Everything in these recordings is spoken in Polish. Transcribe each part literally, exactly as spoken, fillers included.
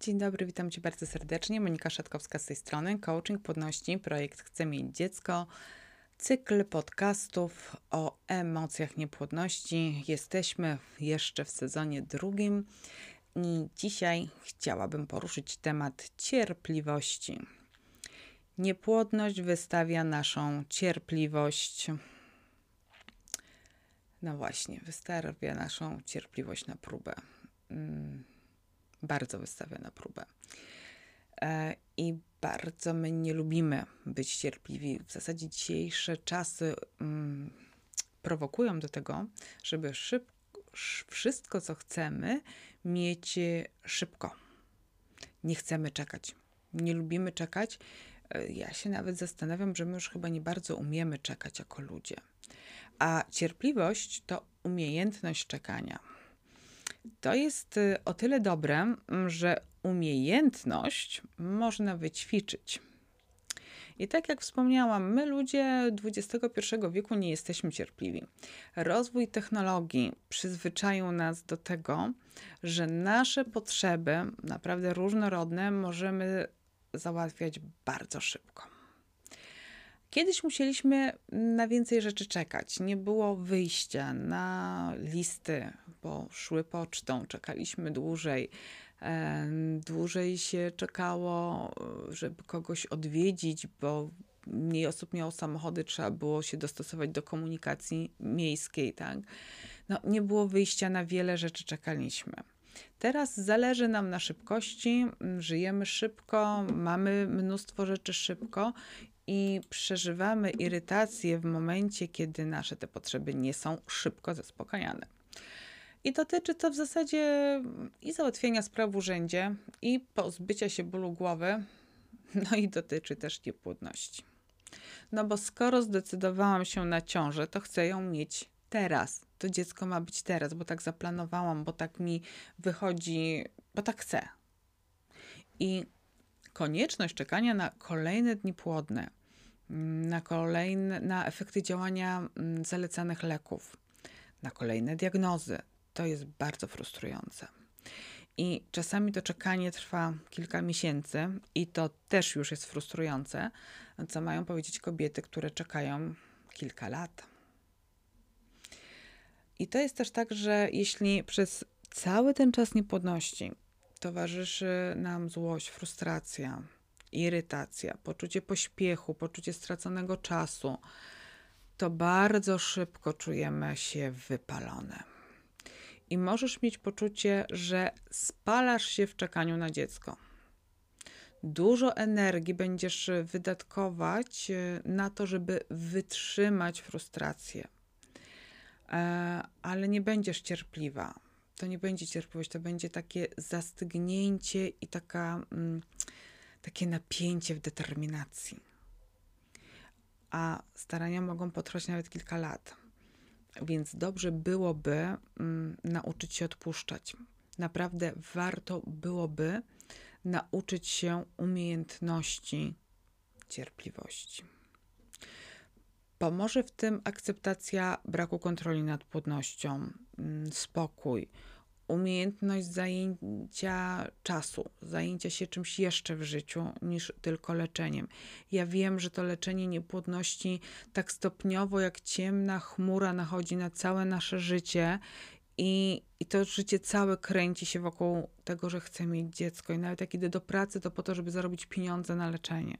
Dzień dobry, witam Cię bardzo serdecznie. Monika Szatkowska z tej strony. Coaching Płodności, projekt Chcę mieć dziecko. Cykl podcastów o emocjach niepłodności. Jesteśmy jeszcze w sezonie drugim i dzisiaj chciałabym poruszyć temat cierpliwości. Niepłodność wystawia naszą cierpliwość. No właśnie, wystawia naszą cierpliwość na próbę. Hmm. Bardzo wystawia na próbę. E, I bardzo my nie lubimy być cierpliwi. W zasadzie dzisiejsze czasy mm, prowokują do tego, żeby szybko, wszystko, co chcemy, mieć szybko. Nie chcemy czekać. Nie lubimy czekać. E, ja się nawet zastanawiam, że my już chyba nie bardzo umiemy czekać jako ludzie. A cierpliwość to umiejętność czekania. To jest o tyle dobre, że umiejętność można wyćwiczyć. I tak jak wspomniałam, my ludzie dwudziestego pierwszego wieku nie jesteśmy cierpliwi. Rozwój technologii przyzwyczaił nas do tego, że nasze potrzeby, naprawdę różnorodne, możemy załatwiać bardzo szybko. Kiedyś musieliśmy na więcej rzeczy czekać. Nie było wyjścia na listy, bo szły pocztą, czekaliśmy dłużej. Dłużej się czekało, żeby kogoś odwiedzić, bo mniej osób miało samochody, trzeba było się dostosować do komunikacji miejskiej, tak? No, nie było wyjścia, na wiele rzeczy czekaliśmy. Teraz zależy nam na szybkości, żyjemy szybko, mamy mnóstwo rzeczy szybko i przeżywamy irytację w momencie, kiedy nasze te potrzeby nie są szybko zaspokajane. I dotyczy to w zasadzie i załatwienia spraw w urzędzie, i pozbycia się bólu głowy, no i dotyczy też niepłodności. No bo skoro zdecydowałam się na ciążę, to chcę ją mieć teraz. To dziecko ma być teraz, bo tak zaplanowałam, bo tak mi wychodzi, bo tak chcę. I konieczność czekania na kolejne dni płodne, na kolejne, na efekty działania zalecanych leków, na kolejne diagnozy, to jest bardzo frustrujące. I czasami to czekanie trwa kilka miesięcy i to też już jest frustrujące, co mają powiedzieć kobiety, które czekają kilka lat. I to jest też tak, że jeśli przez cały ten czas niepłodności towarzyszy nam złość, frustracja, irytacja, poczucie pośpiechu, poczucie straconego czasu, to bardzo szybko czujemy się wypalone. I możesz mieć poczucie, że spalasz się w czekaniu na dziecko. Dużo energii będziesz wydatkować na to, żeby wytrzymać frustrację. Ale nie będziesz cierpliwa. To nie będzie cierpliwość, to będzie takie zastygnięcie i taka, mm, takie napięcie w determinacji. A starania mogą potrwać nawet kilka lat. Więc dobrze byłoby mm, nauczyć się odpuszczać. Naprawdę warto byłoby nauczyć się umiejętności cierpliwości. Pomoże w tym akceptacja braku kontroli nad płodnością, spokój, umiejętność zajęcia czasu, zajęcia się czymś jeszcze w życiu niż tylko leczeniem. Ja wiem, że to leczenie niepłodności tak stopniowo jak ciemna chmura nachodzi na całe nasze życie i, i to życie całe kręci się wokół tego, że chcę mieć dziecko i nawet jak idę do pracy, to po to, żeby zarobić pieniądze na leczenie.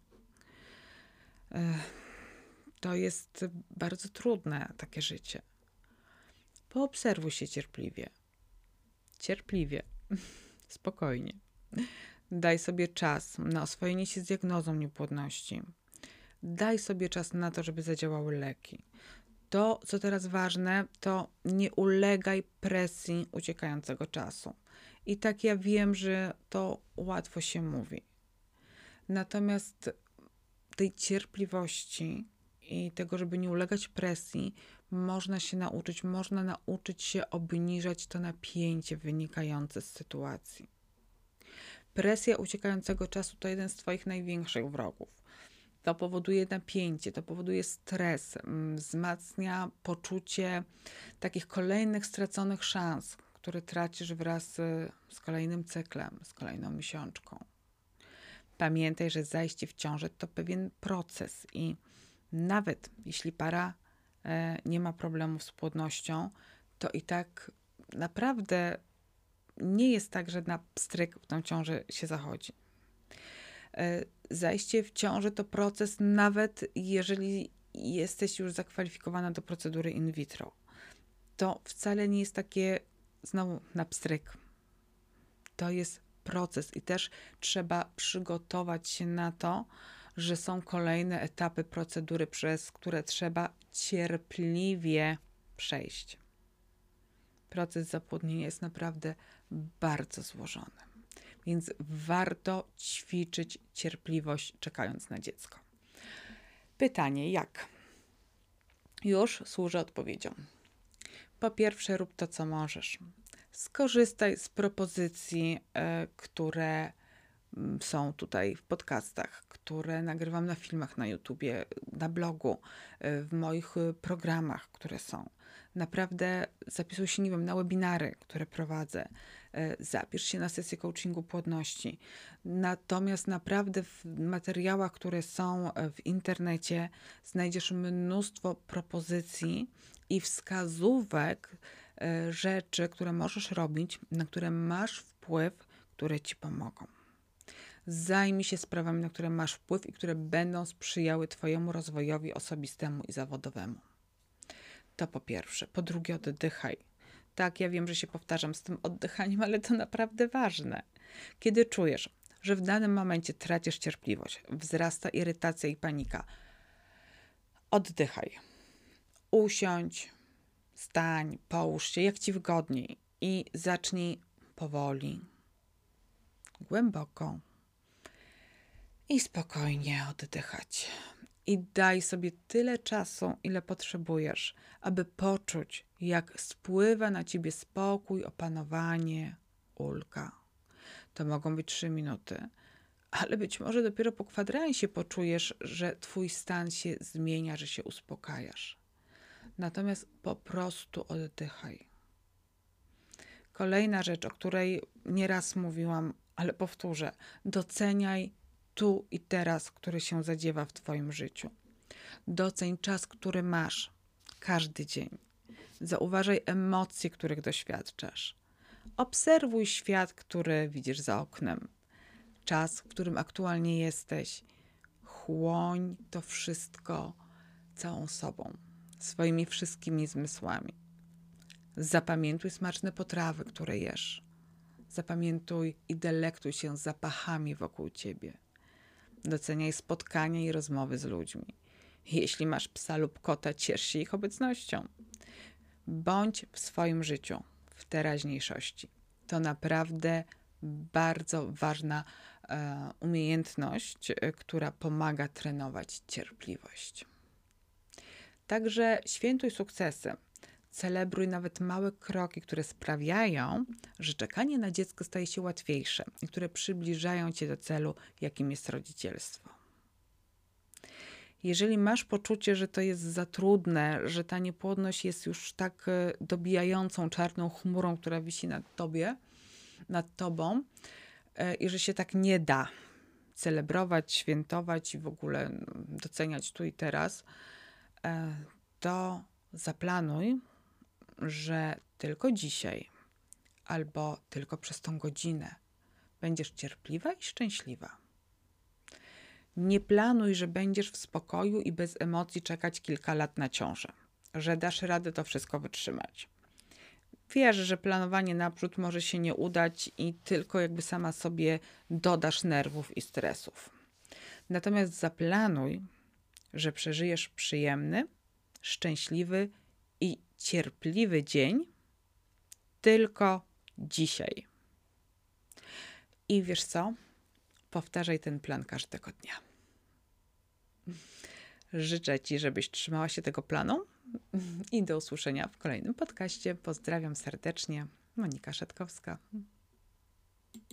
Ech. To jest bardzo trudne, takie życie. Poobserwuj się cierpliwie. Cierpliwie. Spokojnie. Daj sobie czas na oswojenie się z diagnozą niepłodności. Daj sobie czas na to, żeby zadziałały leki. To, co teraz ważne, to nie ulegaj presji uciekającego czasu. I tak ja wiem, że to łatwo się mówi. Natomiast tej cierpliwości i tego, żeby nie ulegać presji, można się nauczyć, można nauczyć się obniżać to napięcie wynikające z sytuacji. Presja uciekającego czasu to jeden z twoich największych wrogów. To powoduje napięcie, to powoduje stres, wzmacnia poczucie takich kolejnych straconych szans, który tracisz wraz y, z kolejnym cyklem, z kolejną miesiączką. Pamiętaj, że zajście w ciążę to pewien proces i nawet jeśli para e, nie ma problemów z płodnością, to i tak naprawdę nie jest tak, że na pstryk w tą ciążę się zachodzi. E, zajście w ciążę to proces, nawet jeżeli jesteś już zakwalifikowana do procedury in vitro. To wcale nie jest takie znowu na pstryk. To jest proces i też trzeba przygotować się na to, że są kolejne etapy procedury, przez które trzeba cierpliwie przejść. Proces zapłodnienia jest naprawdę bardzo złożony, więc warto ćwiczyć cierpliwość, czekając na dziecko. Pytanie, jak? Już służę odpowiedzią. Po pierwsze, rób to, co możesz. Skorzystaj z propozycji, y, które są tutaj w podcastach, które nagrywam na filmach na YouTubie, na blogu, w moich programach, które są. Naprawdę zapisuj się, nie wiem, na webinary, które prowadzę. Zapisz się na sesję coachingu płodności. Natomiast naprawdę w materiałach, które są w internecie, znajdziesz mnóstwo propozycji i wskazówek rzeczy, które możesz robić, na które masz wpływ, które ci pomogą. Zajmij się sprawami, na które masz wpływ i które będą sprzyjały twojemu rozwojowi osobistemu i zawodowemu. To po pierwsze. Po drugie, oddychaj. Tak, ja wiem, że się powtarzam z tym oddychaniem, ale to naprawdę ważne. Kiedy czujesz, że w danym momencie tracisz cierpliwość, wzrasta irytacja i panika, oddychaj. Usiądź, stań, połóż się, jak ci wygodniej i zacznij powoli, głęboko i spokojnie oddychać. I daj sobie tyle czasu, ile potrzebujesz, aby poczuć, jak spływa na ciebie spokój, opanowanie, ulga. To mogą być trzy minuty, ale być może dopiero po kwadransie poczujesz, że twój stan się zmienia, że się uspokajasz. Natomiast po prostu oddychaj. Kolejna rzecz, o której nieraz mówiłam, ale powtórzę. Doceniaj tu i teraz, który się zadziewa w twoim życiu. Doceń czas, który masz każdy dzień. Zauważaj emocje, których doświadczasz. Obserwuj świat, który widzisz za oknem. Czas, w którym aktualnie jesteś. Chłoń to wszystko całą sobą, swoimi wszystkimi zmysłami. Zapamiętuj smaczne potrawy, które jesz. Zapamiętuj i delektuj się zapachami wokół ciebie. Doceniaj spotkania i rozmowy z ludźmi. Jeśli masz psa lub kota, ciesz się ich obecnością. Bądź w swoim życiu, w teraźniejszości. To naprawdę bardzo ważna e, umiejętność, e, która pomaga trenować cierpliwość. Także świętuj sukcesy. Celebruj nawet małe kroki, które sprawiają, że czekanie na dziecko staje się łatwiejsze i które przybliżają cię do celu, jakim jest rodzicielstwo. Jeżeli masz poczucie, że to jest za trudne, że ta niepłodność jest już tak dobijającą czarną chmurą, która wisi nad tobie, nad tobą i że się tak nie da celebrować, świętować i w ogóle doceniać tu i teraz, to zaplanuj, że tylko dzisiaj albo tylko przez tą godzinę będziesz cierpliwa i szczęśliwa. Nie planuj, że będziesz w spokoju i bez emocji czekać kilka lat na ciążę, że dasz radę to wszystko wytrzymać. Wiesz, że planowanie naprzód może się nie udać i tylko jakby sama sobie dodasz nerwów i stresów. Natomiast zaplanuj, że przeżyjesz przyjemny, szczęśliwy i cierpliwy dzień tylko dzisiaj. I wiesz co? Powtarzaj ten plan każdego dnia. Życzę ci, żebyś trzymała się tego planu i do usłyszenia w kolejnym podcaście. Pozdrawiam serdecznie. Monika Szatkowska.